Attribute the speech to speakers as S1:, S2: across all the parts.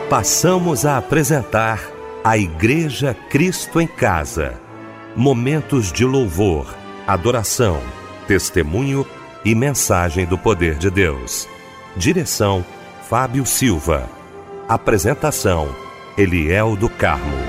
S1: Passamos a apresentar a Igreja Cristo em Casa. Momentos de louvor, adoração, testemunho e mensagem do poder de Deus. Direção: Fábio Silva. Apresentação: Eliel do Carmo.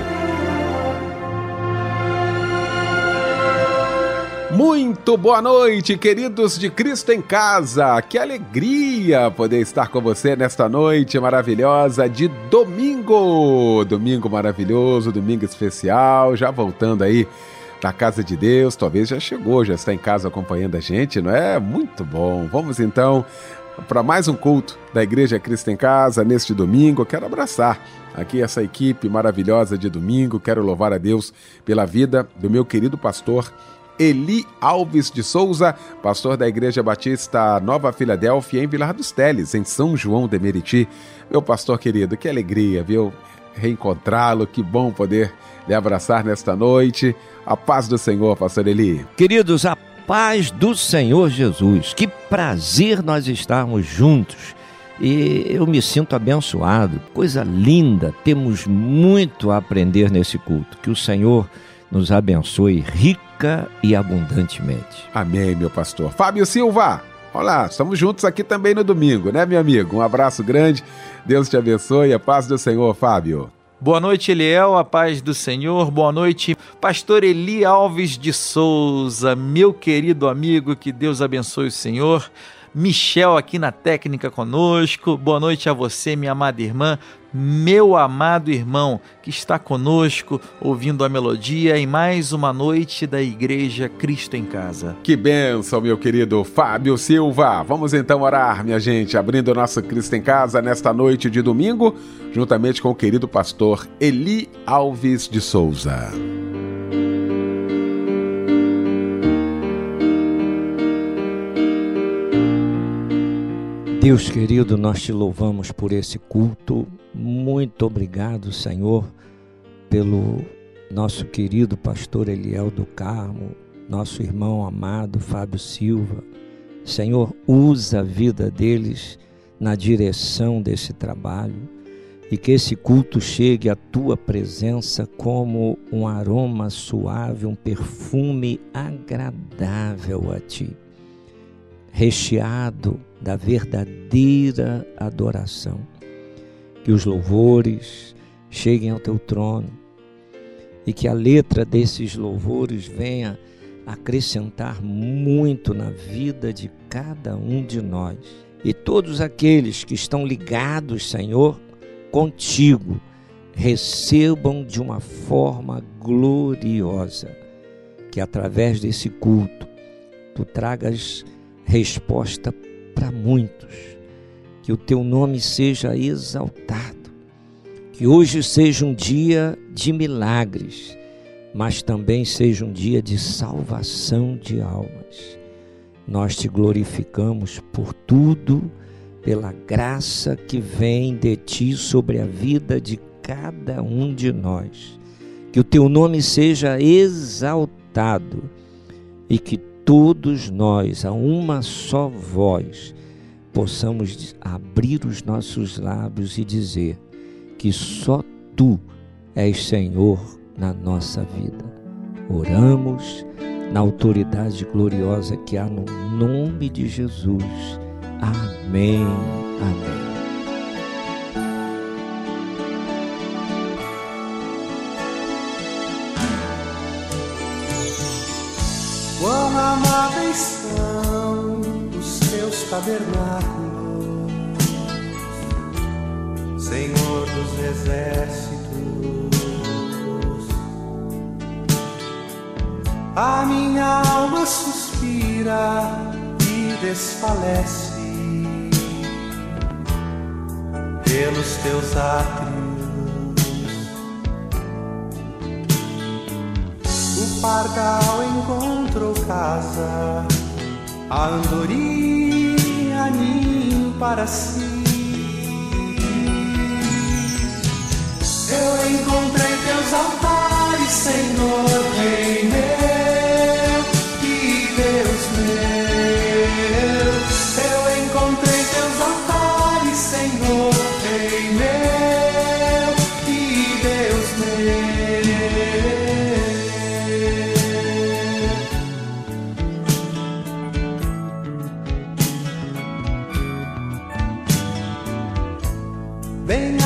S2: Muito boa noite, queridos de Cristo em Casa. Que alegria poder estar com você nesta noite maravilhosa de domingo. Domingo maravilhoso, domingo especial, já voltando aí da casa de Deus. Talvez já chegou, já está em casa acompanhando a gente, não é? Muito bom. Vamos então para mais um culto da Igreja Cristo em Casa neste domingo. Eu quero abraçar aqui essa equipe maravilhosa de domingo. Quero louvar a Deus pela vida do meu querido pastor Eli Alves de Souza, pastor da Igreja Batista Nova Filadélfia, em Vilar dos Teles, em São João de Meriti. Meu pastor querido, que alegria, viu? Reencontrá-lo, que bom poder lhe abraçar nesta noite. A paz do Senhor, pastor Eli.
S3: Queridos, a paz do Senhor Jesus. Que prazer nós estarmos juntos. E eu me sinto abençoado. Coisa linda, temos muito a aprender nesse culto. Que o Senhor nos abençoe rica e abundantemente.
S2: Amém, meu pastor. Fábio Silva, olá, estamos juntos aqui também no domingo, né, meu amigo? Um abraço grande, Deus te abençoe, a paz do Senhor, Fábio.
S4: Boa noite, Eliel, a paz do Senhor. Boa noite, pastor Eli Alves de Souza, meu querido amigo, que Deus abençoe o Senhor. Michel aqui na técnica conosco. Boa noite a você, minha amada irmã, meu amado irmão que está conosco ouvindo a melodia em mais uma noite da Igreja Cristo em Casa.
S2: Que bênção, meu querido Fábio Silva. Vamos então orar, minha gente, abrindo o nosso Cristo em Casa nesta noite de domingo, juntamente com o querido pastor Eli Alves de Souza.
S3: Deus querido, nós te louvamos por esse culto. Muito obrigado, Senhor, pelo nosso querido pastor Eliel do Carmo, nosso irmão amado Fábio Silva. Senhor, usa a vida deles na direção desse trabalho e que esse culto chegue à tua presença como um aroma suave, um perfume agradável a ti, recheado da verdadeira adoração. Que os louvores cheguem ao teu trono e que a letra desses louvores venha acrescentar muito na vida de cada um de nós. E todos aqueles que estão ligados, Senhor, contigo, recebam de uma forma gloriosa. Que através desse culto tu tragas resposta para muitos, que o teu nome seja exaltado, que hoje seja um dia de milagres, mas também seja um dia de salvação de almas. Nós te glorificamos por tudo, pela graça que vem de ti sobre a vida de cada um de nós, que o teu nome seja exaltado e que todos nós, a uma só voz, possamos abrir os nossos lábios e dizer que só Tu és Senhor na nossa vida. Oramos na autoridade gloriosa que há no nome de Jesus. Amém. Amém.
S5: Quão amáveis são os teus tabernáculos, Senhor dos exércitos. A minha alma suspira e desfalece pelos teus átrios. O pardal encontrou casa, a andorinha ninho para si. Eu encontrei teus altares, Senhor, Rei meu e Deus meu. Eu encontrei teus altares, Senhor, Rei meu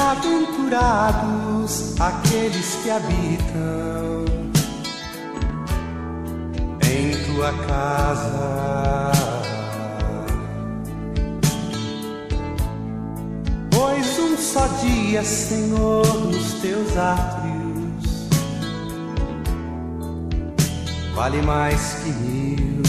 S5: Bem-aventurados aqueles que habitam em tua casa, pois um só dia, Senhor, nos teus átrios vale mais que 1000.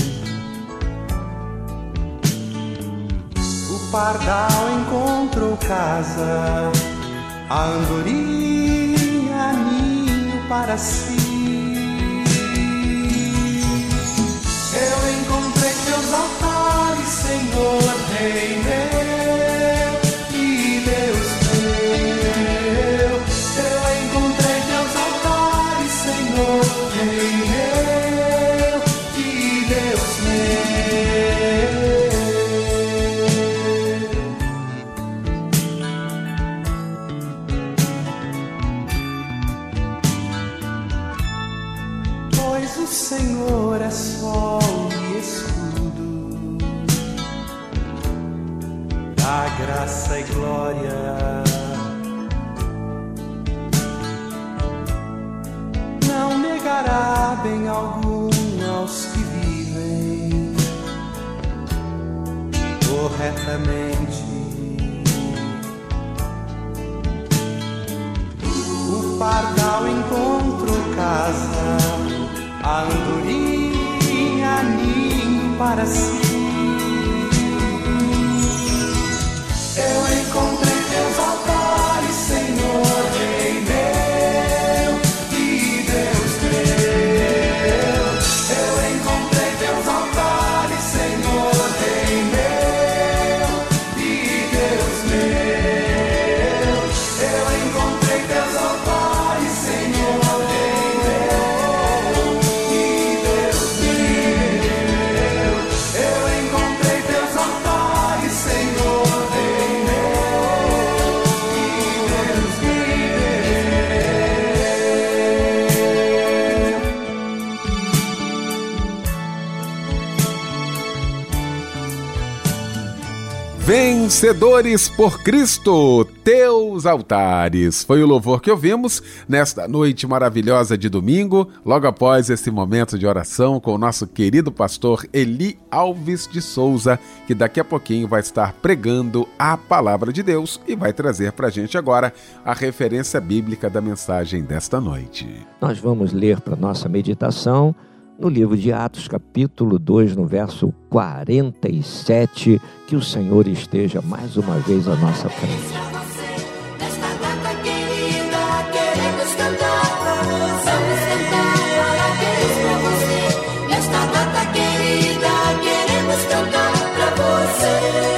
S5: O pardal encontrou casa, a andorinha ninho para si. Eu encontrei teus altares, Senhor, Rei meu e Deus meu. Eu encontrei teus altares, Senhor, Rei meu e Deus meu. Pois o Senhor é sol e escudo, dá graça e glória. Não negará bem algum aos que vivem corretamente. O pardal encontrou casa, a andorinha ninho para si. Eu encontrei teus altares, Senhor, Rei meu e Deus meu. Eu encontrei teus altares, Senhor, Rei meu e Deus meu. Eu encontrei teus altares, Senhor, Rei meu e Deus meu. Eu encontrei teus altares, Senhor, Rei meu e Deus
S2: Vencedores por Cristo, teus altares. Foi o louvor que ouvimos nesta noite maravilhosa de domingo, logo após esse momento de oração com o nosso querido pastor Eli Alves de Souza, que daqui a pouquinho vai estar pregando a palavra de Deus e vai trazer para a gente agora a referência bíblica da mensagem desta noite.
S3: Nós vamos ler para nossa meditação no livro de Atos, capítulo 2, no verso 47, que o Senhor esteja mais uma vez à nossa frente.
S6: Nesta data querida, queremos cantar para você. Vamos cantar parabéns pra você. Nesta data querida, queremos cantar pra você.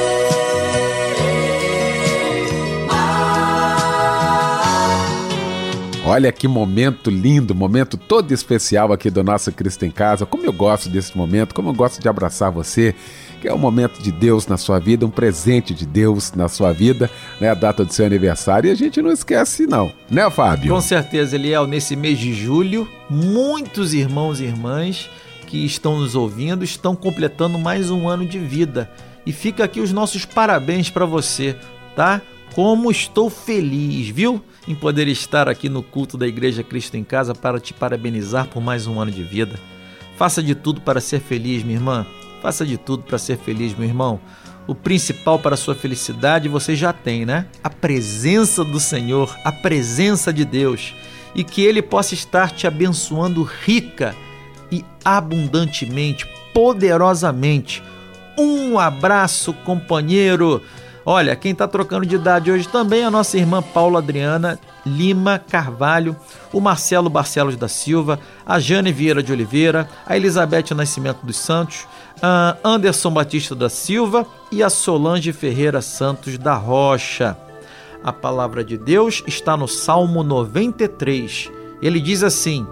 S2: Olha que momento lindo, momento todo especial aqui do nosso Cristo em Casa. Como eu gosto desse momento, como eu gosto de abraçar você, que é um momento de Deus na sua vida, um presente de Deus na sua vida, né? A data do seu aniversário, e a gente não esquece não, né, Fábio?
S4: Com certeza, Eliel, nesse mês de julho, muitos irmãos e irmãs que estão nos ouvindo estão completando mais um ano de vida. E fica aqui os nossos parabéns para você, tá? Como estou feliz, viu? Em poder estar aqui no culto da Igreja Cristo em Casa para te parabenizar por mais um ano de vida. Faça de tudo para ser feliz, minha irmã. Faça de tudo para ser feliz, meu irmão. O principal para a sua felicidade você já tem, né? A presença do Senhor, a presença de Deus. E que Ele possa estar te abençoando rica e abundantemente, poderosamente. Um abraço, companheiro. Olha, quem está trocando de idade hoje também é a nossa irmã Paula Adriana Lima Carvalho, o Marcelo Barcelos da Silva, a Jane Vieira de Oliveira, a Elizabeth Nascimento dos Santos, a Anderson Batista da Silva e a Solange Ferreira Santos da Rocha. A palavra de Deus está no Salmo 93. Ele diz assim: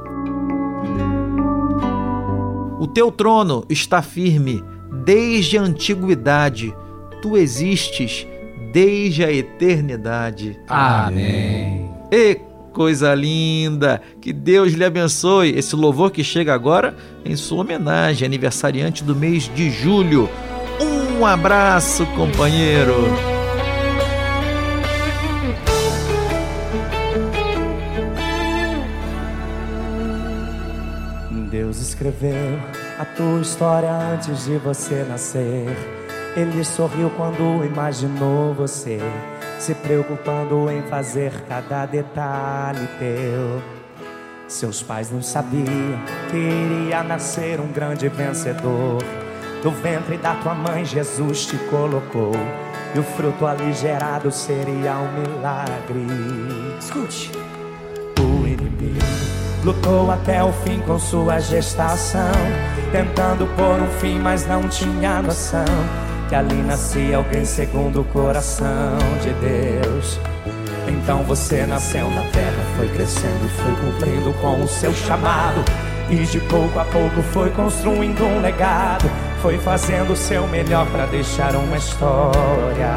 S4: O teu trono está firme desde a antiguidade. Tu existes desde a eternidade.
S7: Amém.
S4: E coisa linda! Que Deus lhe abençoe. Esse louvor que chega agora em sua homenagem, aniversariante do mês de julho. Um abraço, companheiro!
S7: escreveu a tua história antes de você nascer. Ele sorriu quando imaginou você, se preocupando em fazer cada detalhe teu. Seus pais não sabiam que iria nascer um grande vencedor. Do ventre da tua mãe Jesus te colocou, e o fruto ali gerado seria um milagre. Escute. O inimigo lutou até o fim com sua gestação, tentando pôr um fim, mas não tinha noção que ali nascia alguém segundo o coração de Deus. Então você nasceu na terra, foi crescendo e foi cumprindo com o seu chamado, e de pouco a pouco foi construindo um legado, foi fazendo o seu melhor para deixar uma história.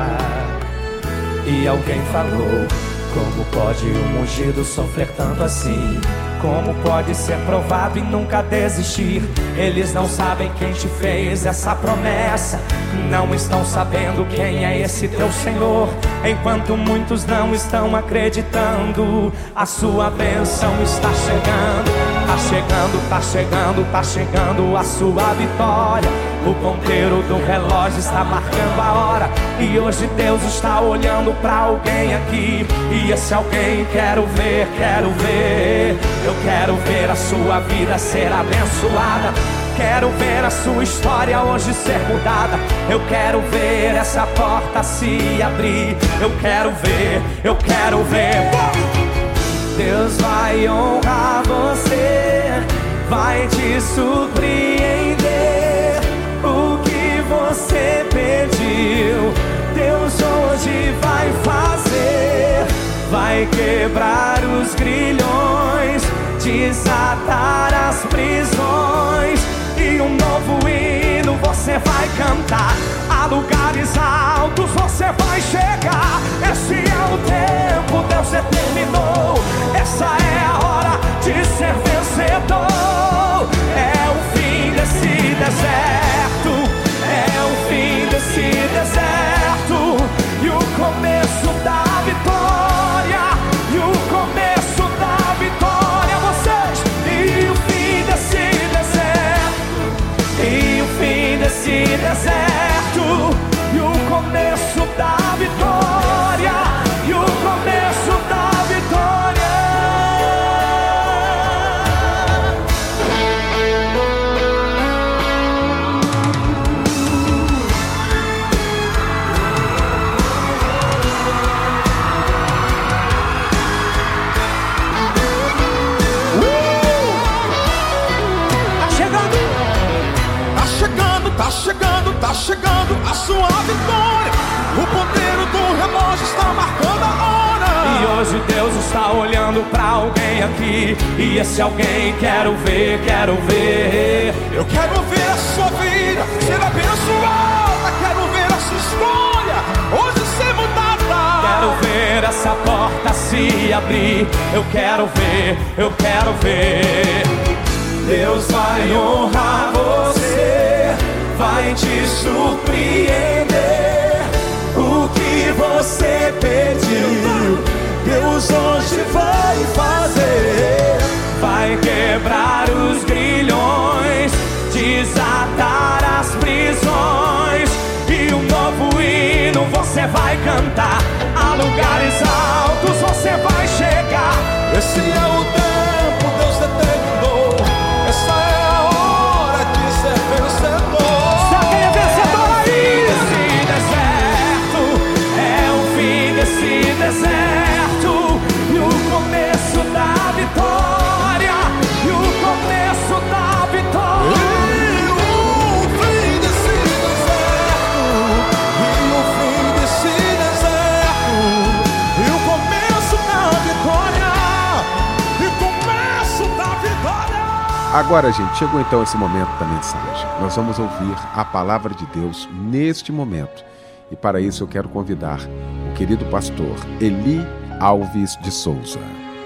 S7: E alguém falou: como pode um ungido sofrer tanto assim? Como pode ser provado e nunca desistir? Eles não sabem quem te fez essa promessa, não estão sabendo quem é esse teu Senhor. Enquanto muitos não estão acreditando, a sua bênção está chegando. Tá chegando, tá chegando, tá chegando a sua vitória. O ponteiro do relógio está marcando a hora, e hoje Deus está olhando pra alguém aqui, e esse alguém quero ver, quero ver. Eu quero ver a sua vida ser abençoada, quero ver a sua história hoje ser mudada. Eu quero ver essa porta se abrir, eu quero ver, eu quero ver. Deus vai honrar você, vai te surpreender. O que você pediu, Deus hoje vai fazer. Vai quebrar os grilhões, desatar as prisões, e um novo hino você vai cantar. A lugares altos você vai chegar. Esse é o tempo, Deus determinou. Essa é a hora de ser vencedor. É o fim desse deserto, é o fim desse deserto, e o começo da vitória, e o começo da vitória. Vocês, e o fim desse deserto, e o fim desse deserto, e o começo da vitória, e o começo da vitória.
S8: Tá chegando, tá chegando a sua vitória. O ponteiro do relógio está marcando a hora,
S7: e hoje Deus está olhando pra alguém aqui, e esse alguém quero ver, quero ver.
S8: eu quero ver a sua vida ser abençoada. Quero ver a sua história hoje ser mudada.
S7: Quero ver essa porta se abrir. Eu quero ver, eu quero ver. Deus vai honrar você, vai te surpreender. O que você pediu, Deus hoje vai fazer. Vai quebrar os grilhões, desatar as prisões, e um novo hino você vai cantar. A lugares altos você vai chegar.
S8: Esse é o tempo, Deus determinou. Essa é a hora de ser vencedor.
S7: Só quem é vencedor aí? Esse deserto é o fim desse deserto, e o começo da vitória, e o começo da vitória.
S8: E o fim desse deserto, e o fim desse deserto, e o começo da vitória, e o começo da vitória.
S2: Agora, gente, chegou então esse momento da mensagem. Nós vamos ouvir a palavra de Deus neste momento. E para isso eu quero convidar o querido pastor Eli Alves de Souza.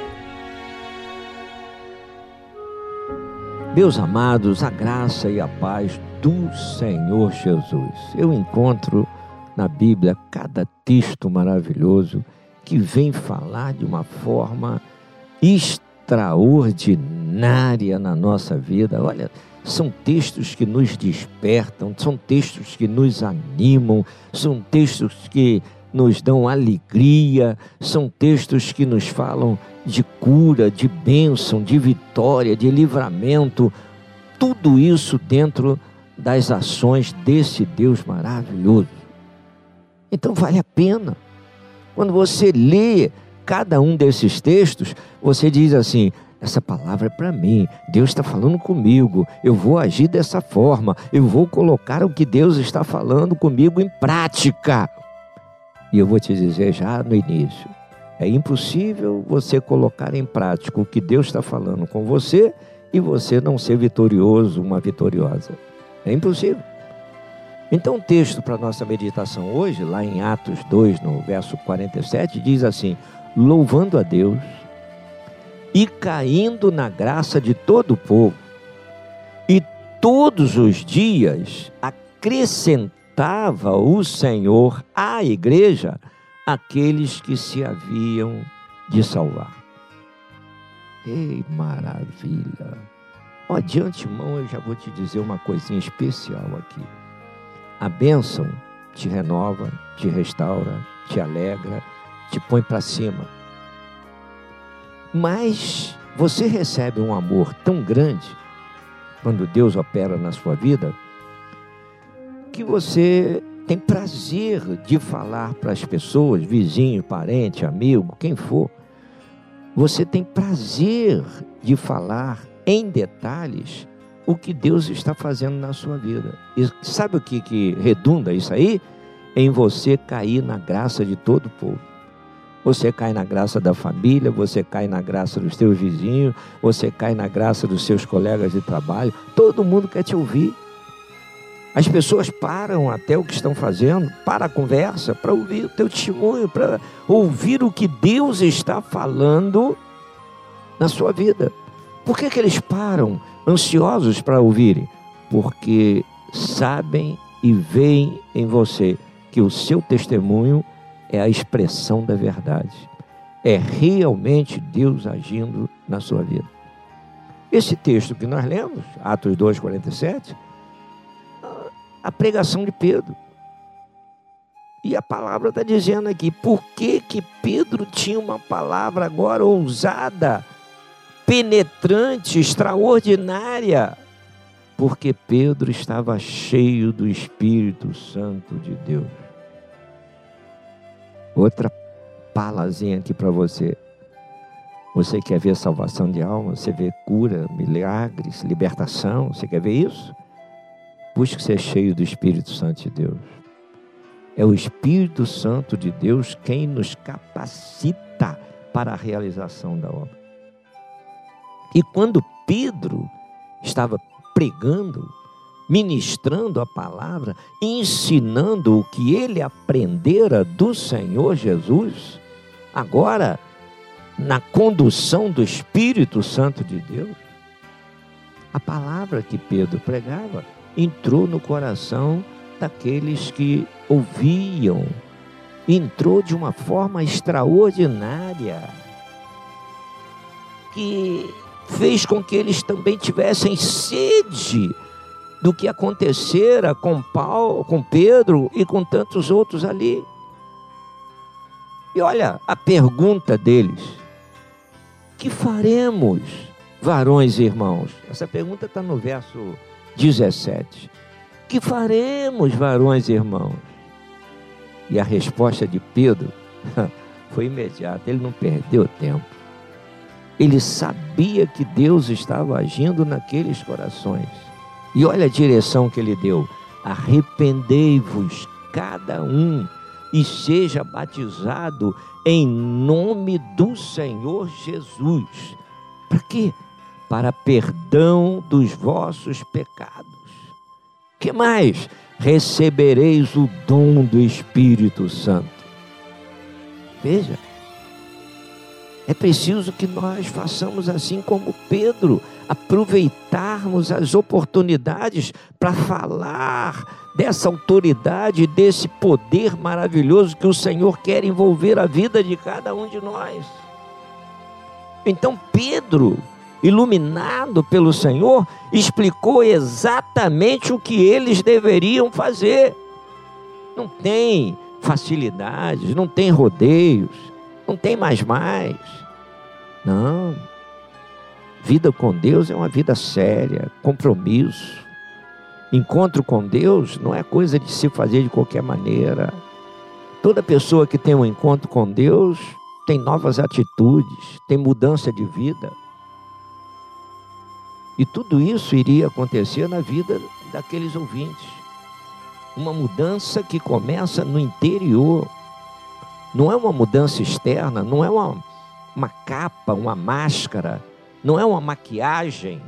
S3: Meus amados, a graça e a paz do Senhor Jesus. Eu encontro na Bíblia cada texto maravilhoso que vem falar de uma forma extraordinária na nossa vida. Olha, são textos que nos despertam, são textos que nos animam, são textos que nos dão alegria, são textos que nos falam de cura, de bênção, de vitória, de livramento, tudo isso dentro das ações desse Deus maravilhoso. Então vale a pena. Quando você lê cada um desses textos, você diz assim: essa palavra é para mim, Deus está falando comigo, eu vou agir dessa forma, eu vou colocar o que Deus está falando comigo em prática. E eu vou te dizer já no início, é impossível você colocar em prática o que Deus está falando com você e você não ser vitorioso, uma vitoriosa. É impossível. Então o texto para nossa meditação hoje, lá em Atos 2, no verso 47, diz assim: louvando a Deus e caindo na graça de todo o povo, e todos os dias acrescentava o Senhor à igreja aqueles que se haviam de salvar. Ei, maravilha! Ó, de antemão eu já vou te dizer uma coisinha especial aqui. A bênção te renova, te restaura, te alegra, te põe para cima. Mas você recebe um amor tão grande quando Deus opera na sua vida, que você tem prazer de falar para as pessoas, vizinho, parente, amigo, quem for. Você tem prazer de falar em detalhes o que Deus está fazendo na sua vida. E sabe o que redunda isso aí? Em você cair na graça de todo o povo. Você cai na graça da família, você cai na graça dos teus vizinhos, você cai na graça dos seus colegas de trabalho. Todo mundo quer te ouvir. As pessoas param até o que estão fazendo, para a conversa, para ouvir o teu testemunho, para ouvir o que Deus está falando na sua vida. Por que eles param, ansiosos para ouvirem? Porque sabem e veem em você que o seu testemunho é a expressão da verdade. É realmente Deus agindo na sua vida. Esse texto que nós lemos, Atos 2, 47, a pregação de Pedro. E a palavra está dizendo aqui, por que Pedro tinha uma palavra agora ousada, penetrante, extraordinária? Porque Pedro estava cheio do Espírito Santo de Deus. Outra palazinha aqui para você. Você quer ver salvação de alma? Você vê cura, milagres, libertação? Você quer ver isso? Busque ser cheio do Espírito Santo de Deus. É o Espírito Santo de Deus quem nos capacita para a realização da obra. E quando Pedro estava pregando, ministrando a palavra, ensinando o que ele aprendera do Senhor Jesus, agora, na condução do Espírito Santo de Deus, a palavra que Pedro pregava entrou no coração daqueles que ouviam, entrou de uma forma extraordinária, que fez com que eles também tivessem sede do que acontecera com Paulo, com Pedro e com tantos outros ali. E olha a pergunta deles: que faremos, varões e irmãos? Essa pergunta está no verso 17. Que faremos, varões e irmãos? E a resposta de Pedro foi imediata, ele não perdeu tempo. Ele sabia que Deus estava agindo naqueles corações. E olha a direção que ele deu: arrependei-vos cada um e seja batizado em nome do Senhor Jesus. Para quê? Para perdão dos vossos pecados. Que mais? Recebereis o dom do Espírito Santo. Veja, é preciso que nós façamos assim como Pedro, aproveitarmos as oportunidades para falar dessa autoridade, desse poder maravilhoso que o Senhor quer envolver a vida de cada um de nós. Então Pedro iluminado pelo Senhor, explicou exatamente o que eles deveriam fazer. Não tem facilidades, não tem rodeios, não tem mais. Não. Vida com Deus é uma vida séria, compromisso. Encontro com Deus não é coisa de se fazer de qualquer maneira. Toda pessoa que tem um encontro com Deus tem novas atitudes, tem mudança de vida. E tudo isso iria acontecer na vida daqueles ouvintes. Uma mudança que começa no interior. Não é uma mudança externa, não é uma capa, uma máscara, não é uma maquiagem.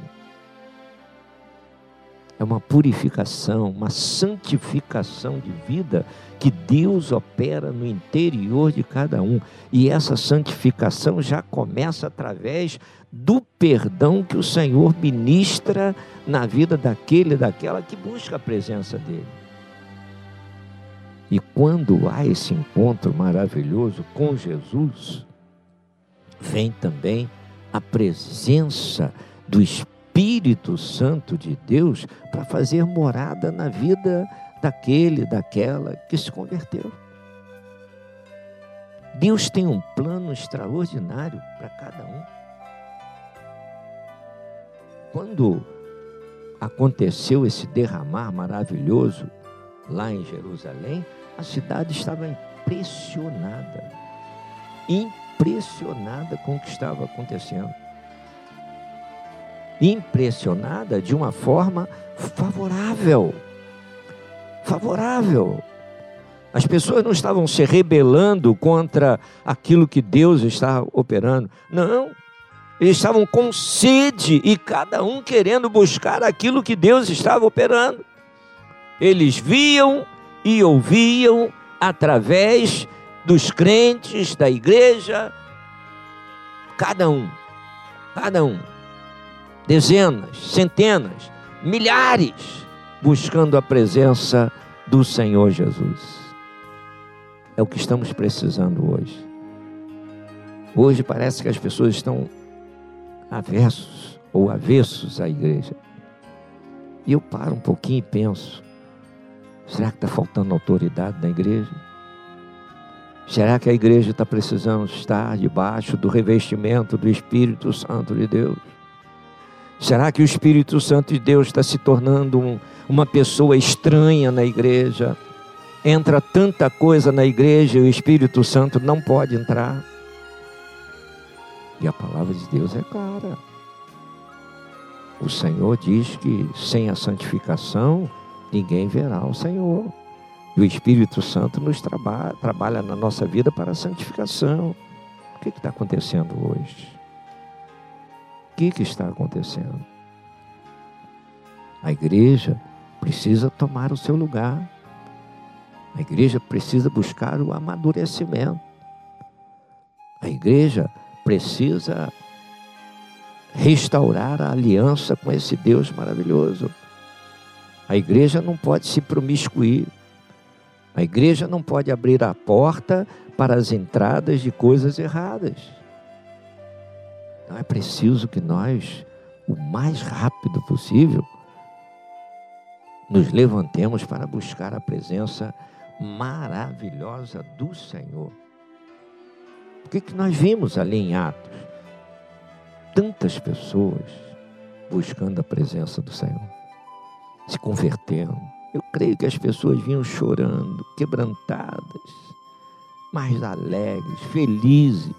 S3: É uma purificação, uma santificação de vida que Deus opera no interior de cada um. E essa santificação já começa através do perdão que o Senhor ministra na vida daquele e daquela que busca a presença dele. E quando há esse encontro maravilhoso com Jesus, vem também a presença do Espírito Santo de Deus para fazer morada na vida daquele, daquela que se converteu. Deus tem um plano extraordinário para cada um. Quando aconteceu esse derramar maravilhoso lá em Jerusalém, a cidade estava impressionada com o que estava acontecendo. Impressionada de uma forma favorável. As pessoas não estavam se rebelando contra aquilo que Deus estava operando. Não, eles estavam com sede e cada um querendo buscar aquilo que Deus estava operando. Eles viam e ouviam através dos crentes da igreja, cada um, dezenas, centenas, milhares, buscando a presença do Senhor Jesus. É o que estamos precisando hoje. Hoje parece que as pessoas estão avessos à igreja. E eu paro um pouquinho e penso, será que está faltando autoridade na igreja? Será que a igreja está precisando estar debaixo do revestimento do Espírito Santo de Deus? Será que o Espírito Santo de Deus está se tornando uma pessoa estranha na igreja? Entra tanta coisa na igreja e o Espírito Santo não pode entrar. E a palavra de Deus é clara. O Senhor diz que sem a santificação ninguém verá o Senhor. E o Espírito Santo nos trabalha na nossa vida para a santificação. O que está acontecendo hoje? O que está acontecendo? A igreja precisa tomar o seu lugar. A igreja precisa buscar o amadurecimento. A igreja precisa restaurar a aliança com esse Deus maravilhoso. A igreja não pode se promiscuir. A igreja não pode abrir a porta para as entradas de coisas erradas. Então é preciso que nós, o mais rápido possível, nos levantemos para buscar a presença maravilhosa do Senhor. O que nós vimos ali em Atos? Tantas pessoas buscando a presença do Senhor, se convertendo. Eu creio que as pessoas vinham chorando, quebrantadas, mas alegres, felizes.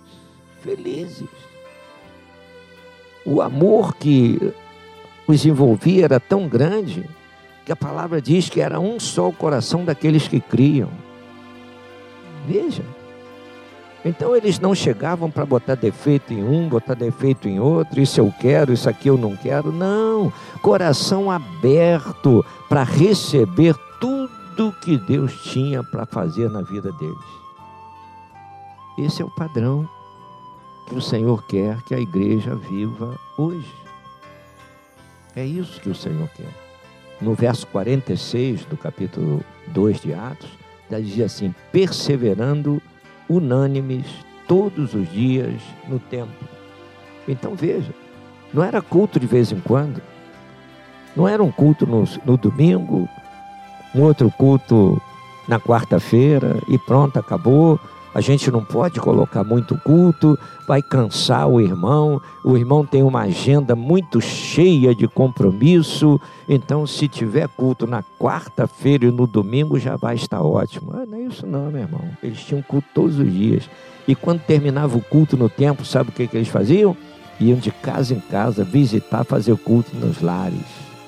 S3: O amor que os envolvia era tão grande que a palavra diz que era um só o coração daqueles que criam. Veja. Então eles não chegavam para botar defeito em um, botar defeito em outro, isso eu quero, isso aqui eu não quero. Não, coração aberto para receber tudo que Deus tinha para fazer na vida deles. Esse é o padrão que o Senhor quer que a igreja viva hoje. É isso que o Senhor quer. No verso 46 do capítulo 2 de Atos, diz assim: perseverando unânimes todos os dias no templo. Então veja, Não era culto de vez em quando. Não era um culto no domingo, um outro culto na quarta-feira e pronto, acabou. A gente não pode colocar muito culto, vai cansar o irmão tem uma agenda muito cheia de compromisso, então se tiver culto na quarta-feira e no domingo já vai estar ótimo. Não é isso não, meu irmão. Eles tinham culto todos os dias. E quando terminava o culto no templo, sabe o que eles faziam? Iam de casa em casa visitar, fazer o culto nos lares.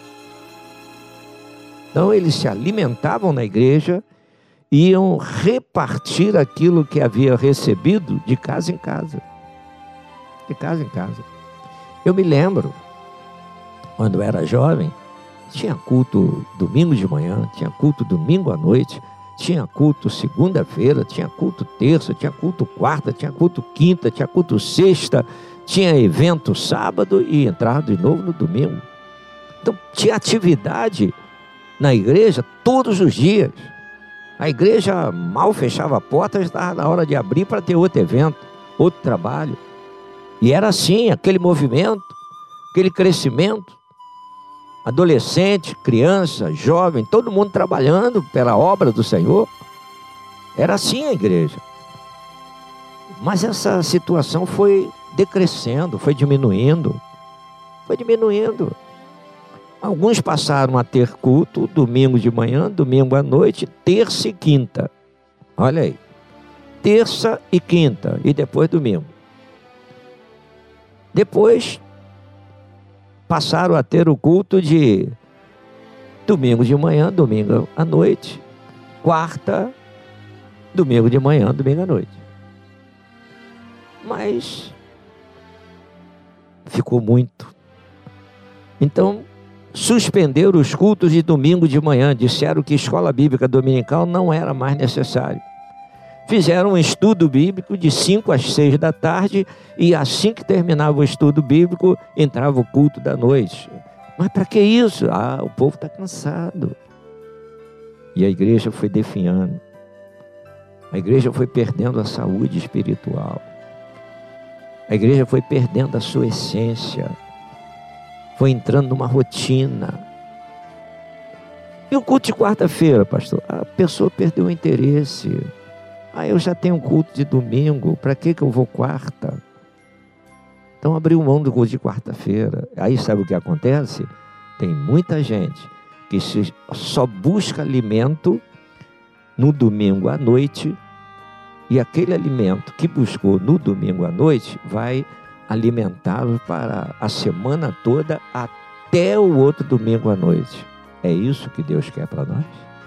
S3: Então eles se alimentavam na igreja, iam repartir aquilo que havia recebido de casa em casa. De casa em casa. Eu me lembro, quando eu era jovem, tinha culto domingo de manhã, tinha culto domingo à noite, tinha culto segunda-feira, tinha culto terça, tinha culto quarta, tinha culto quinta, tinha culto sexta, tinha evento sábado e entrava de novo no domingo. Então tinha atividade na igreja todos os dias. A igreja mal fechava a porta, já estava na hora de abrir para ter outro evento, outro trabalho. E era assim, aquele movimento, aquele crescimento. Adolescente, criança, jovem, todo mundo trabalhando pela obra do Senhor. Era assim a igreja. Mas essa situação foi decrescendo, foi diminuindo. Foi diminuindo. Alguns passaram a ter culto domingo de manhã, domingo à noite, terça e quinta. Olha aí. Terça e quinta e depois domingo. Depois passaram a ter o culto de domingo de manhã, domingo à noite, quarta, domingo de manhã, domingo à noite. Mas ficou muito. Então, suspenderam os cultos de domingo de manhã, disseram que escola bíblica dominical não era mais necessário. Fizeram um estudo bíblico de 5 às 6 da tarde e assim que terminava o estudo bíblico, entrava o culto da noite. Mas para que isso? O povo está cansado. E a igreja foi definhando. A igreja foi perdendo a saúde espiritual. A igreja foi perdendo a sua essência. Foi entrando numa rotina. E o culto de quarta-feira, pastor? A pessoa perdeu o interesse. Eu já tenho um culto de domingo, para que eu vou quarta? Então abriu mão do culto de quarta-feira. Aí sabe o que acontece? Tem muita gente que só busca alimento no domingo à noite, e aquele alimento que buscou no domingo à noite vai alimentá-lo para a semana toda até o outro domingo à noite. É isso que Deus quer para nós?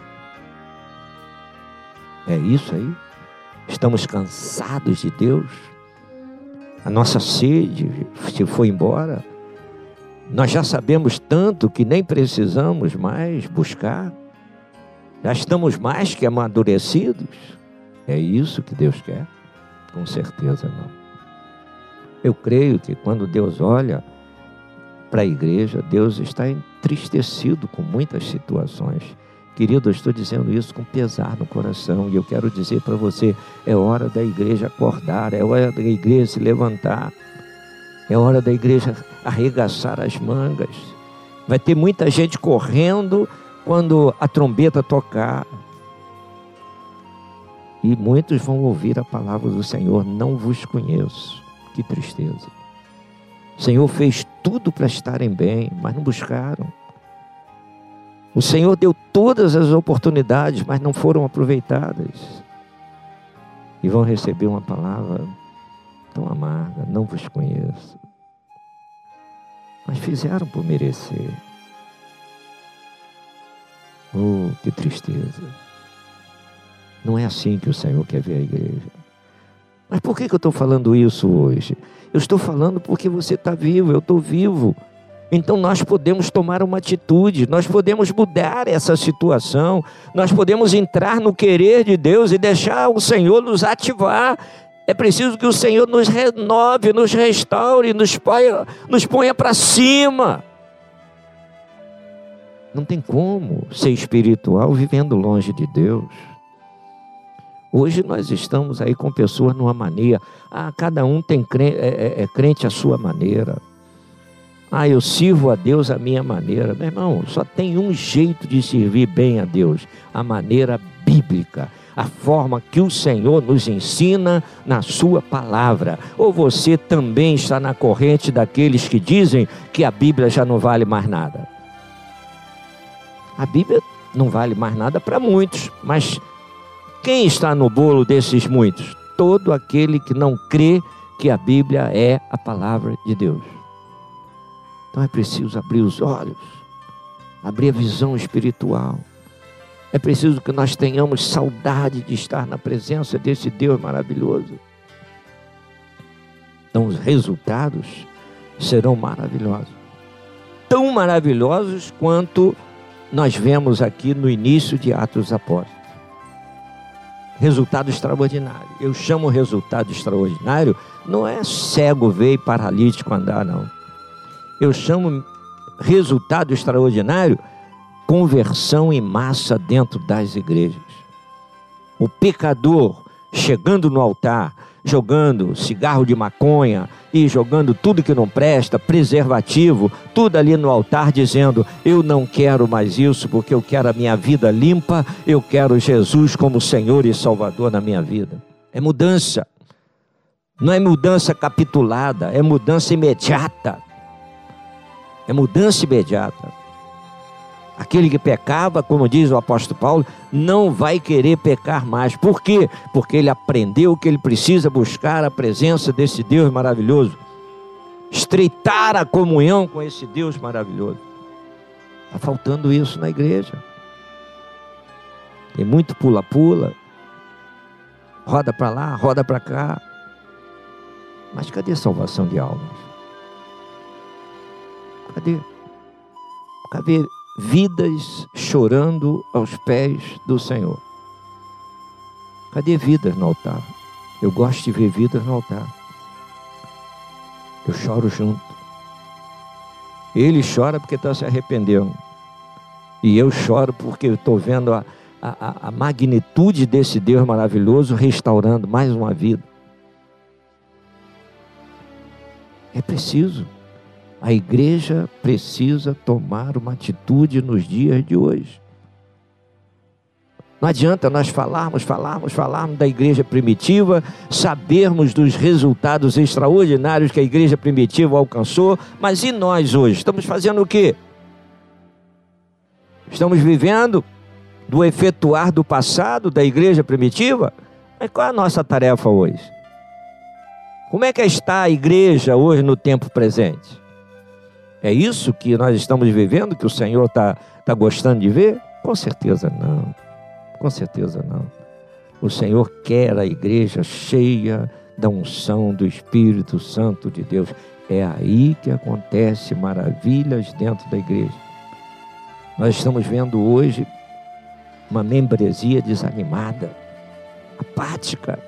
S3: É isso aí? Estamos cansados de Deus? A nossa sede se foi embora? Nós já sabemos tanto que nem precisamos mais buscar? Já estamos mais que amadurecidos? É isso que Deus quer? Com certeza não. Eu creio que quando Deus olha para a igreja, Deus está entristecido com muitas situações. Querido, eu estou dizendo isso com pesar no coração, e eu quero dizer para você, é hora da igreja acordar, é hora da igreja se levantar, é hora da igreja arregaçar as mangas. Vai ter muita gente correndo quando a trombeta tocar, e muitos vão ouvir a palavra do Senhor: não vos conheço. Que tristeza. O Senhor fez tudo para estarem bem, mas não buscaram. O Senhor deu todas as oportunidades, mas não foram aproveitadas. E vão receber uma palavra tão amarga: não vos conheço. Mas fizeram por merecer. Oh, que tristeza. Não é assim que o Senhor quer ver a igreja. Mas por que eu estou falando isso hoje? Eu estou falando porque você está vivo, eu estou vivo. Então nós podemos tomar uma atitude, nós podemos mudar essa situação, nós podemos entrar no querer de Deus e deixar o Senhor nos ativar. É preciso que o Senhor nos renove, nos restaure, nos ponha para cima. Não tem como ser espiritual vivendo longe de Deus. Hoje nós estamos aí com pessoas numa mania. Cada um é crente à sua maneira. Eu sirvo a Deus à minha maneira. Meu irmão, só tem um jeito de servir bem a Deus: a maneira bíblica, a forma que o Senhor nos ensina na sua palavra. Ou você também está na corrente daqueles que dizem que a Bíblia já não vale mais nada? A Bíblia não vale mais nada para muitos, mas quem está no bolo desses muitos? Todo aquele que não crê que a Bíblia é a palavra de Deus. Então é preciso abrir os olhos, abrir a visão espiritual. É preciso que nós tenhamos saudade de estar na presença desse Deus maravilhoso. Então os resultados serão maravilhosos. Tão maravilhosos quanto nós vemos aqui no início de Atos dos Apóstolos. Resultado extraordinário. Eu chamo resultado extraordinário, não é cego ver e paralítico andar, não. Eu chamo resultado extraordinário conversão em massa dentro das igrejas. O pecador chegando no altar, jogando cigarro de maconha e jogando tudo que não presta, preservativo, tudo ali no altar, dizendo: eu não quero mais isso, porque eu quero a minha vida limpa, eu quero Jesus como Senhor e Salvador na minha vida. É mudança. Não é mudança capitulada, é mudança imediata. É mudança imediata. Aquele que pecava, como diz o apóstolo Paulo, não vai querer pecar mais. Por quê? Porque ele aprendeu que ele precisa buscar a presença desse Deus maravilhoso, estreitar a comunhão com esse Deus maravilhoso. Está faltando isso na igreja. Tem muito pula-pula, roda para lá, roda para cá. Mas cadê a salvação de almas? Cadê? Cadê vidas chorando aos pés do Senhor? Cadê vidas no altar? Eu gosto de ver vidas no altar. Eu choro junto. Ele chora porque está se arrependendo. E eu choro porque estou vendo a magnitude desse Deus maravilhoso restaurando mais uma vida. É preciso. A igreja precisa tomar uma atitude nos dias de hoje. Não adianta nós falarmos da igreja primitiva, sabermos dos resultados extraordinários que a igreja primitiva alcançou, mas e nós hoje? Estamos fazendo o quê? Estamos vivendo do efetuar do passado da igreja primitiva? Mas qual é a nossa tarefa hoje? Como é que está a igreja hoje no tempo presente? É isso que nós estamos vivendo, que o Senhor está gostando de ver? Com certeza não. Com certeza não. O Senhor quer a igreja cheia da unção do Espírito Santo de Deus. É aí que acontece maravilhas dentro da igreja. Nós estamos vendo hoje uma membresia desanimada, apática.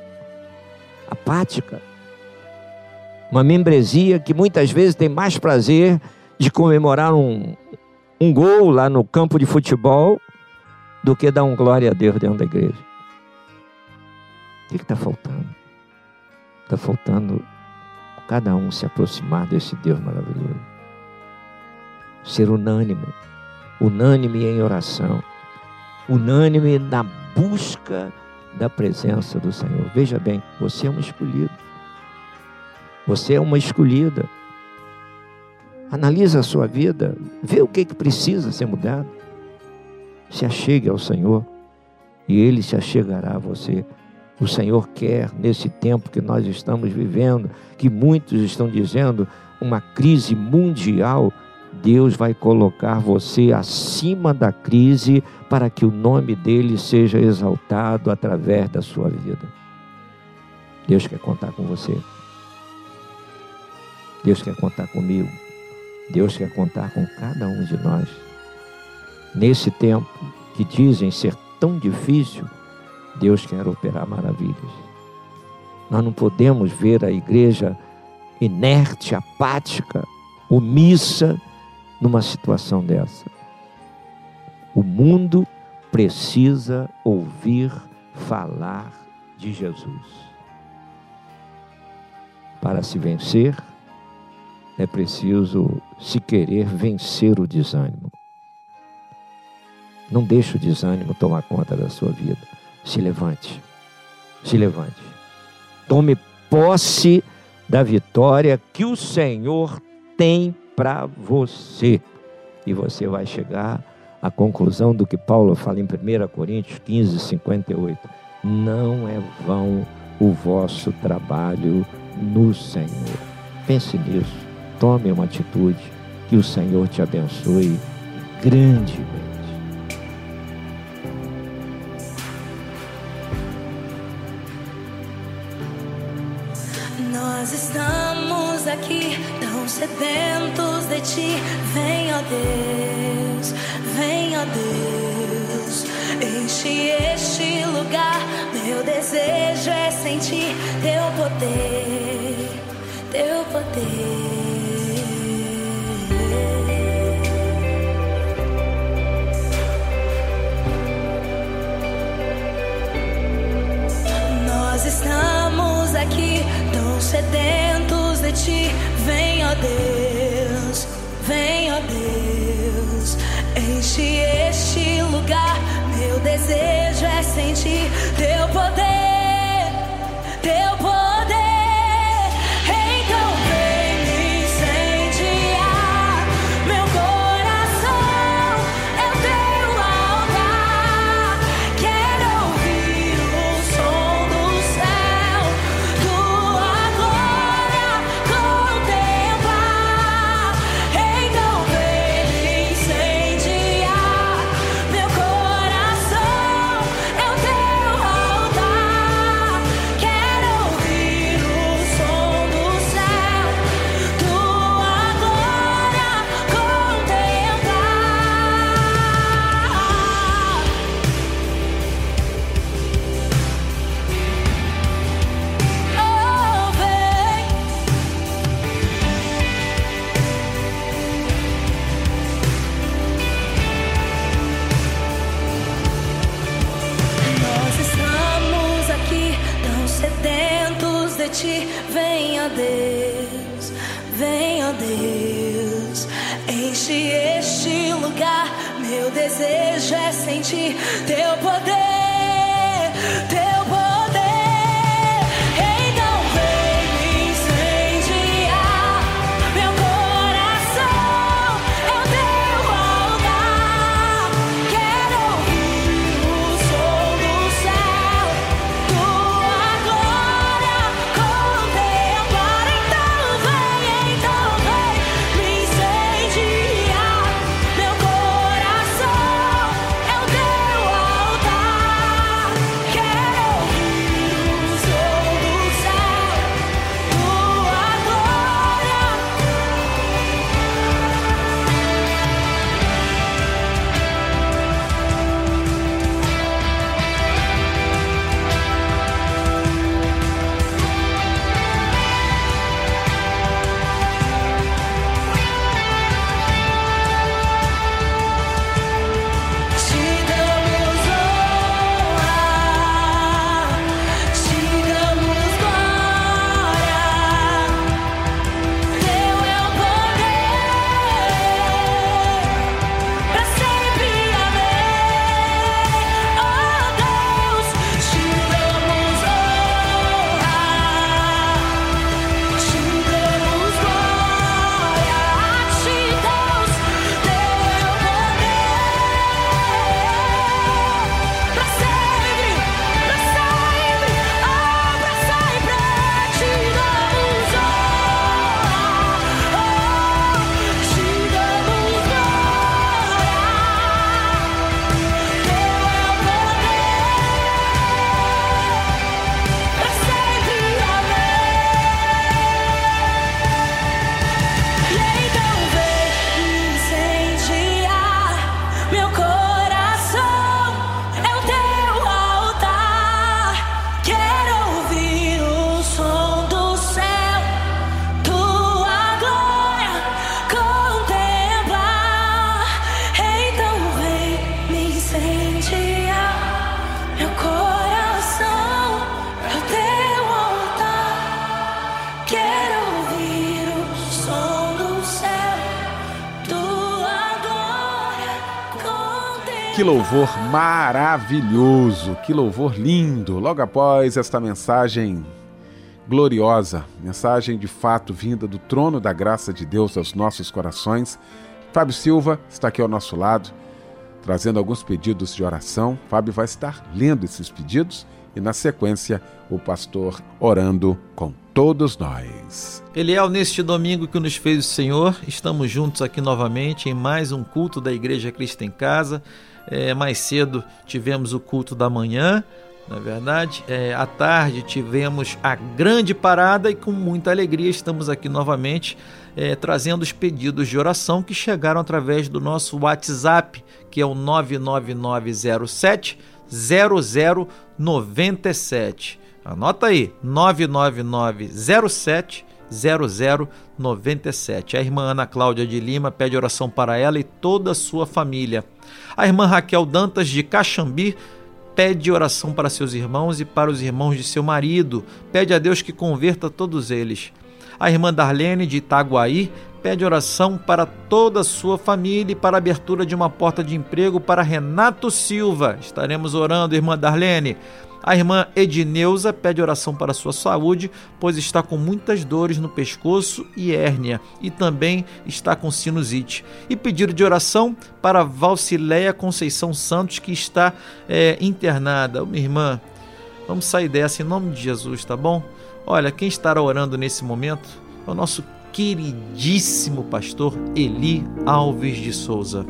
S3: Uma membresia que muitas vezes tem mais prazer de comemorar um gol lá no campo de futebol do que dar um glória a Deus dentro da igreja. O que está faltando? Está faltando cada um se aproximar desse Deus maravilhoso. Ser unânime em oração, unânime na busca da presença do Senhor. Veja bem, você é um escolhido. Você é uma escolhida. Analisa a sua vida, vê o que precisa ser mudado. Se achegue ao Senhor e Ele se achegará a você. O Senhor quer, nesse tempo que nós estamos vivendo, que muitos estão dizendo, uma crise mundial, Deus vai colocar você acima da crise para que o nome dEle seja exaltado através da sua vida. Deus quer contar com você. Deus quer contar comigo. Deus quer contar com cada um de nós. Nesse tempo que dizem ser tão difícil, Deus quer operar maravilhas. Nós não podemos ver a igreja inerte, apática, omissa numa situação dessa. O mundo precisa ouvir falar de Jesus. Para se vencer, é preciso se querer vencer o desânimo. Não deixe o desânimo tomar conta da sua vida. Se levante. Se levante. Tome posse da vitória que o Senhor tem para você. E você vai chegar à conclusão do que Paulo fala em 1 Coríntios 15, 58. Não é vão o vosso trabalho no Senhor. Pense nisso. Tome uma atitude. Que o Senhor te abençoe grandemente.
S6: Nós estamos aqui tão sedentos de ti. Vem, ó Deus, vem, ó Deus. Enche este lugar. Meu desejo é sentir teu poder, teu poder. Nós estamos aqui tão sedentos de ti. Vem, ó Deus, vem, ó Deus. Enche este lugar. Meu desejo é sentir teu poder, teu poder. Então vem me incendiar. Meu coração é o teu altar. Quero ouvir o som do céu, tua glória contemplar. Então vem me incendiar. Meu coração é o teu altar. Quero ouvir o som do céu, tua glória contemplar. Oh, vem. Nós estamos aqui tão sedentos de ti. Vem, ó Deus, vem, ó Deus. Enche este lugar. Meu desejo é sentir teu poder, teu poder. Então vem me incendiar. Meu coração é o teu altar. Quero ouvir o som do céu, tua glória contemplar. Então vem me incendiar. Meu coração é o teu altar. Quero
S2: Que louvor maravilhoso, que louvor lindo. Logo após esta mensagem gloriosa, mensagem de fato vinda do trono da graça de Deus aos nossos corações, Fábio Silva está aqui ao nosso lado, trazendo alguns pedidos de oração. Fábio vai estar lendo esses pedidos e, na sequência, o pastor orando com todos nós.
S4: Eliel, neste domingo que nos fez o Senhor, estamos juntos aqui novamente em mais um culto da Igreja Cristo em Casa. Mais cedo tivemos o culto da manhã, na verdade. À tarde tivemos a grande parada e com muita alegria estamos aqui novamente trazendo os pedidos de oração que chegaram através do nosso WhatsApp, que é o 99907 0097. Anota aí, 99907 0097. A irmã Ana Cláudia de Lima pede oração para ela e toda a sua família. A irmã Raquel Dantas de Caxambi pede oração para seus irmãos e para os irmãos de seu marido. Pede a Deus que converta todos eles. A irmã Darlene de Itaguaí pede oração para toda a sua família e para a abertura de uma porta de emprego para Renato Silva. Estaremos orando, irmã Darlene. A irmã Edneuza pede oração para a sua saúde, pois está com muitas dores no pescoço e hérnia, e também está com sinusite. E pedido de oração para Valcileia Conceição Santos, que está internada. Minha irmã, vamos sair dessa em nome de Jesus, tá bom? Olha, quem estará orando nesse momento é o nosso queridíssimo pastor Eli Alves de Souza.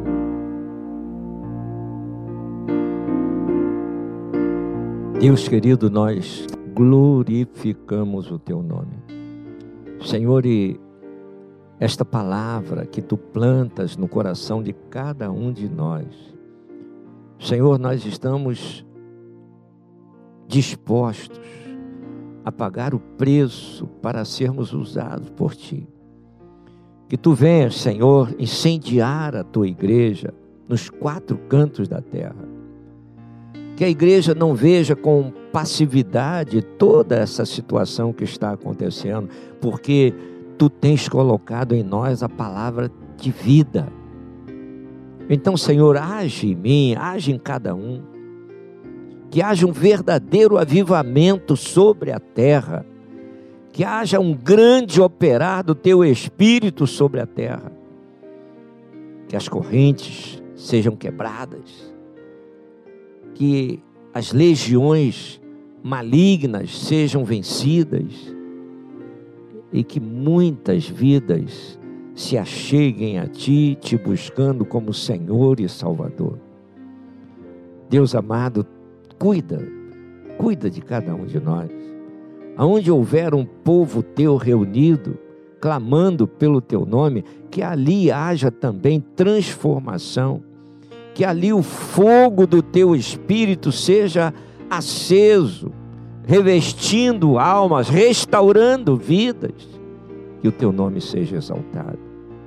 S3: Deus querido, nós glorificamos o Teu nome. Senhor, e esta palavra que Tu plantas no coração de cada um de nós, Senhor, nós estamos dispostos a pagar o preço para sermos usados por Ti. Que Tu venhas, Senhor, incendiar a Tua igreja nos 4 cantos da terra. Que a igreja não veja com passividade toda essa situação que está acontecendo, porque Tu tens colocado em nós a palavra de vida. Então, Senhor, age em mim, age em cada um. Que haja um verdadeiro avivamento sobre a terra. Que haja um grande operar do Teu Espírito sobre a terra. Que as correntes sejam quebradas. Que as legiões malignas sejam vencidas e que muitas vidas se acheguem a Ti, Te buscando como Senhor e Salvador. Deus amado, cuida de cada um de nós. Aonde houver um povo Teu reunido, clamando pelo Teu nome, que ali haja também transformação. Que ali o fogo do Teu Espírito seja aceso, revestindo almas, restaurando vidas. Que o Teu nome seja exaltado.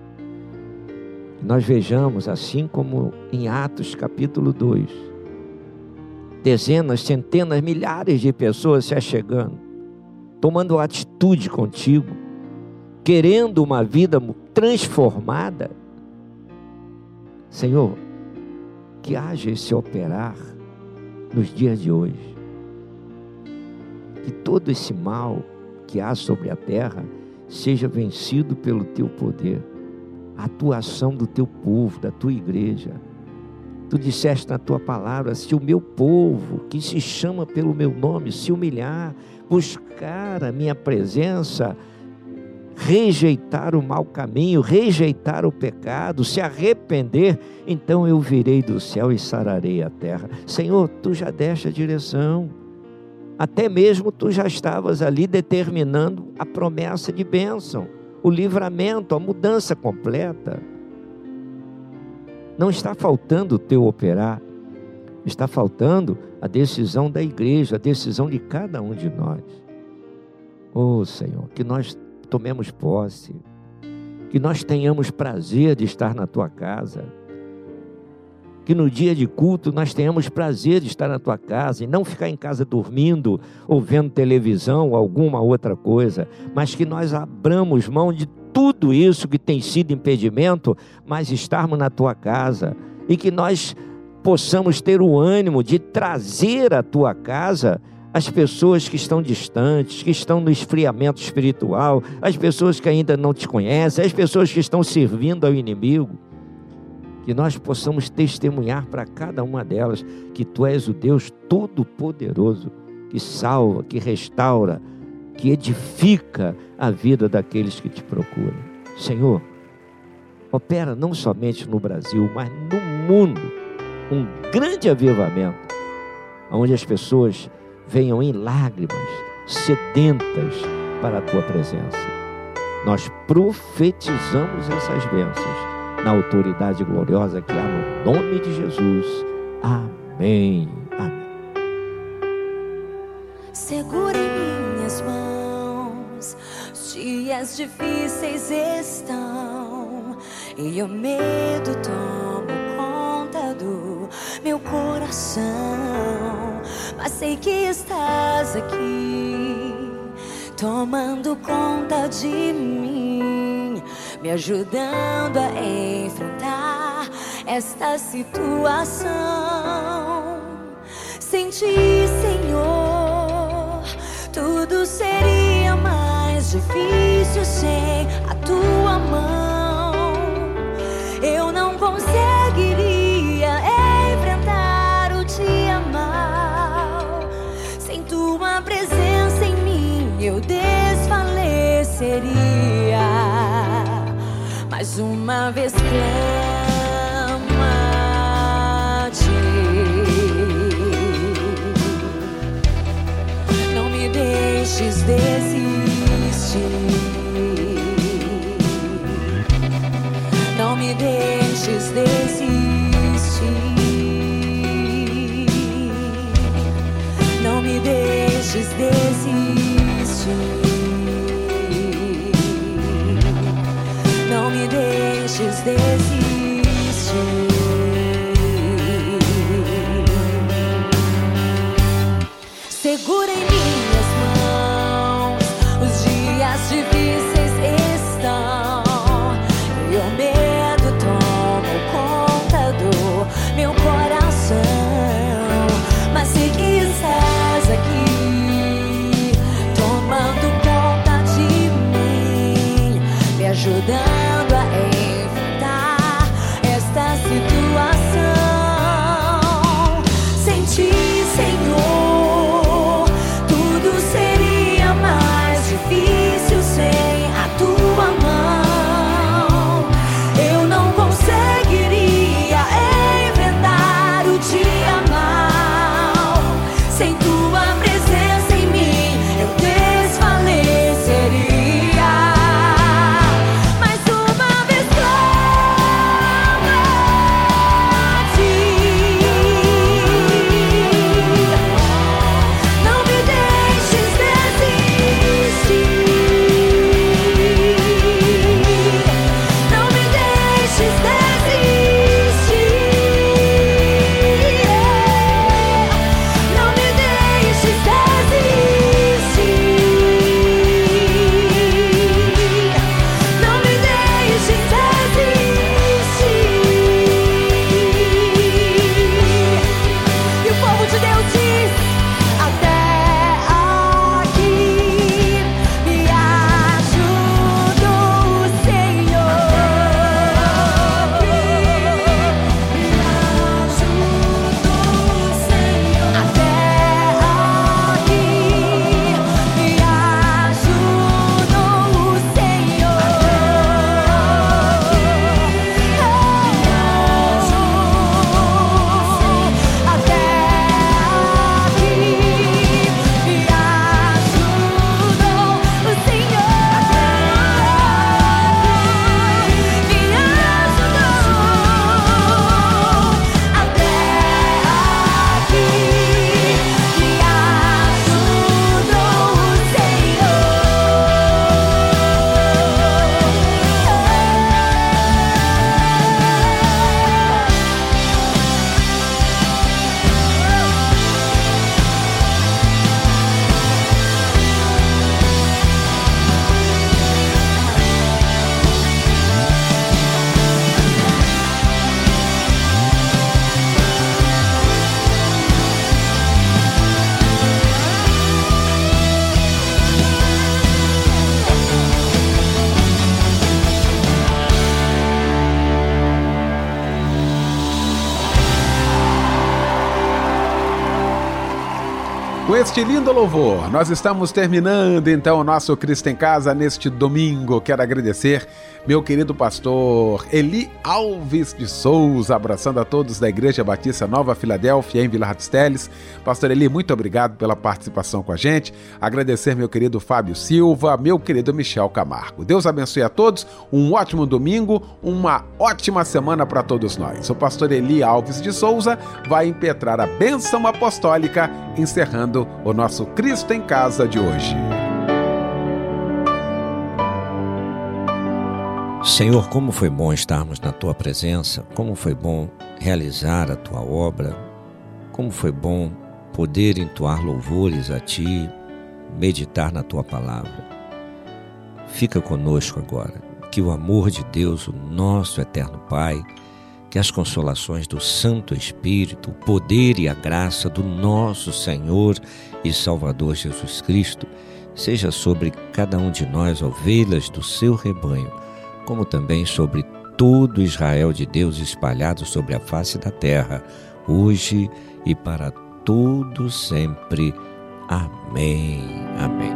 S3: Nós vejamos, assim como em Atos capítulo 2, dezenas, centenas, milhares de pessoas se achegando, tomando atitude contigo, querendo uma vida transformada. Senhor, que haja esse operar nos dias de hoje. Que todo esse mal que há sobre a terra seja vencido pelo Teu poder. A atuação do Teu povo, da Tua igreja. Tu disseste na Tua palavra, se o meu povo, que se chama pelo meu nome, se humilhar, buscar a minha presença, rejeitar o mau caminho, rejeitar o pecado, se arrepender, então eu virei do céu e sararei a terra. Senhor, Tu já deste a direção, até mesmo Tu já estavas ali determinando a promessa de bênção, o livramento, a mudança completa. Não está faltando o Teu operar, está faltando a decisão da igreja, a decisão de cada um de nós. Oh Senhor, que nós tomemos posse, que nós tenhamos prazer de estar na Tua casa, que no dia de culto nós tenhamos prazer de estar na Tua casa e não ficar em casa dormindo ou vendo televisão ou alguma outra coisa, mas que nós abramos mão de tudo isso que tem sido impedimento, mas estarmos na Tua casa e que nós possamos ter o ânimo de trazer à tua casa as pessoas que estão distantes, que estão no esfriamento espiritual, as pessoas que ainda não te conhecem, as pessoas que estão servindo ao inimigo. Que nós possamos testemunhar para cada uma delas que tu és o Deus Todo-Poderoso, que salva, que restaura, que edifica a vida daqueles que te procuram. Senhor, opera não somente no Brasil, mas no mundo, um grande avivamento, onde as pessoas venham em lágrimas, sedentas para a tua presença. Nós profetizamos essas bênçãos na autoridade gloriosa que há no nome de Jesus. Amém. Amém.
S6: Segura em minhas mãos, os dias difíceis estão e o medo toma conta do meu coração. Mas sei que estás aqui, tomando conta de mim, me ajudando a enfrentar esta situação. Sem ti, Senhor, tudo seria mais difícil sem a tua mão. Eu não conseguiria enfrentar o dia mal. Sem tua presença em mim eu desfaleceria. Mais uma vez clama-te, não me deixes desistir, não me deixes desistir, não me deixes desistir, não me deixes desistir. Segura em minhas mãos, os dias difíceis estão e o medo toma conta do meu coração. Mas sei que estás aqui, tomando conta de mim, me ajudando a enfrentar
S2: Com este lindo louvor, nós estamos terminando então o nosso Cristo em Casa neste domingo. Quero agradecer meu querido pastor Eli Alves de Souza, abraçando a todos da Igreja Batista Nova Filadélfia, em Vila Ratos Teles. Pastor Eli, muito obrigado pela participação com a gente. Agradecer meu querido Fábio Silva, meu querido Michel Camargo. Deus abençoe a todos, um ótimo domingo, uma ótima semana para todos nós. O pastor Eli Alves de Souza vai impetrar a bênção apostólica, encerrando o nosso Cristo em Casa de hoje.
S3: Senhor, como foi bom estarmos na Tua presença, como foi bom realizar a Tua obra, como foi bom poder entoar louvores a Ti, meditar na Tua palavra. Fica conosco agora, que o amor de Deus, o nosso eterno Pai, que as consolações do Santo Espírito, o poder e a graça do nosso Senhor e Salvador Jesus Cristo, seja sobre cada um de nós, ovelhas do seu rebanho, como também sobre todo Israel de Deus espalhado sobre a face da terra, hoje e para todo sempre. Amém. Amém.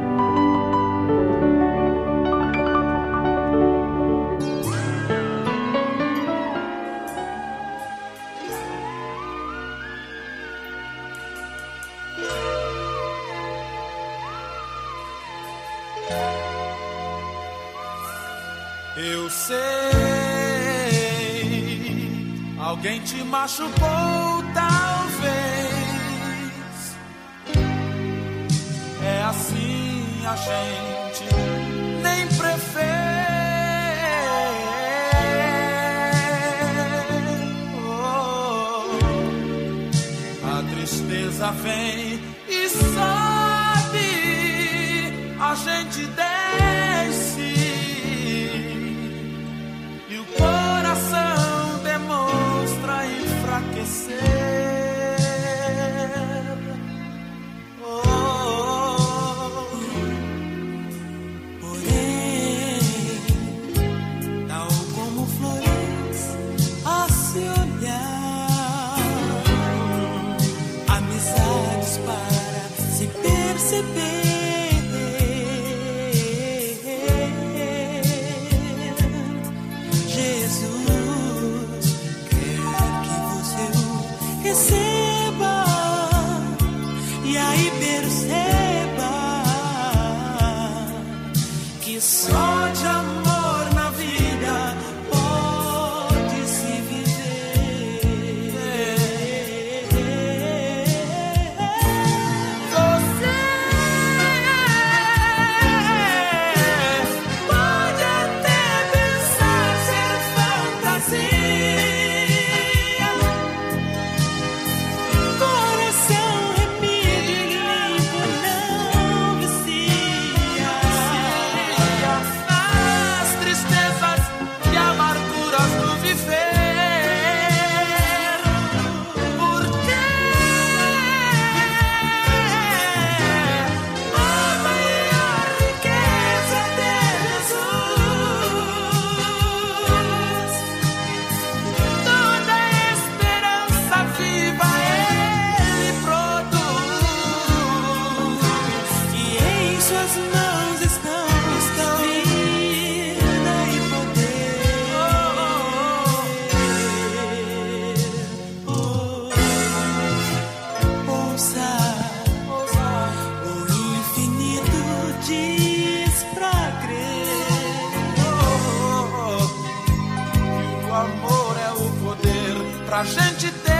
S8: Eu sei, alguém te machucou, talvez. É assim, a gente nem prefere. A tristeza vem e sobe, a gente desce. Coração demonstra enfraquecer. Porém, tal como flores a se olhar, amizades para se perceber. Receba e aí perceba que só de amor na vida pode se viver. Você pode até pensar ser fantasia. Pra gente ter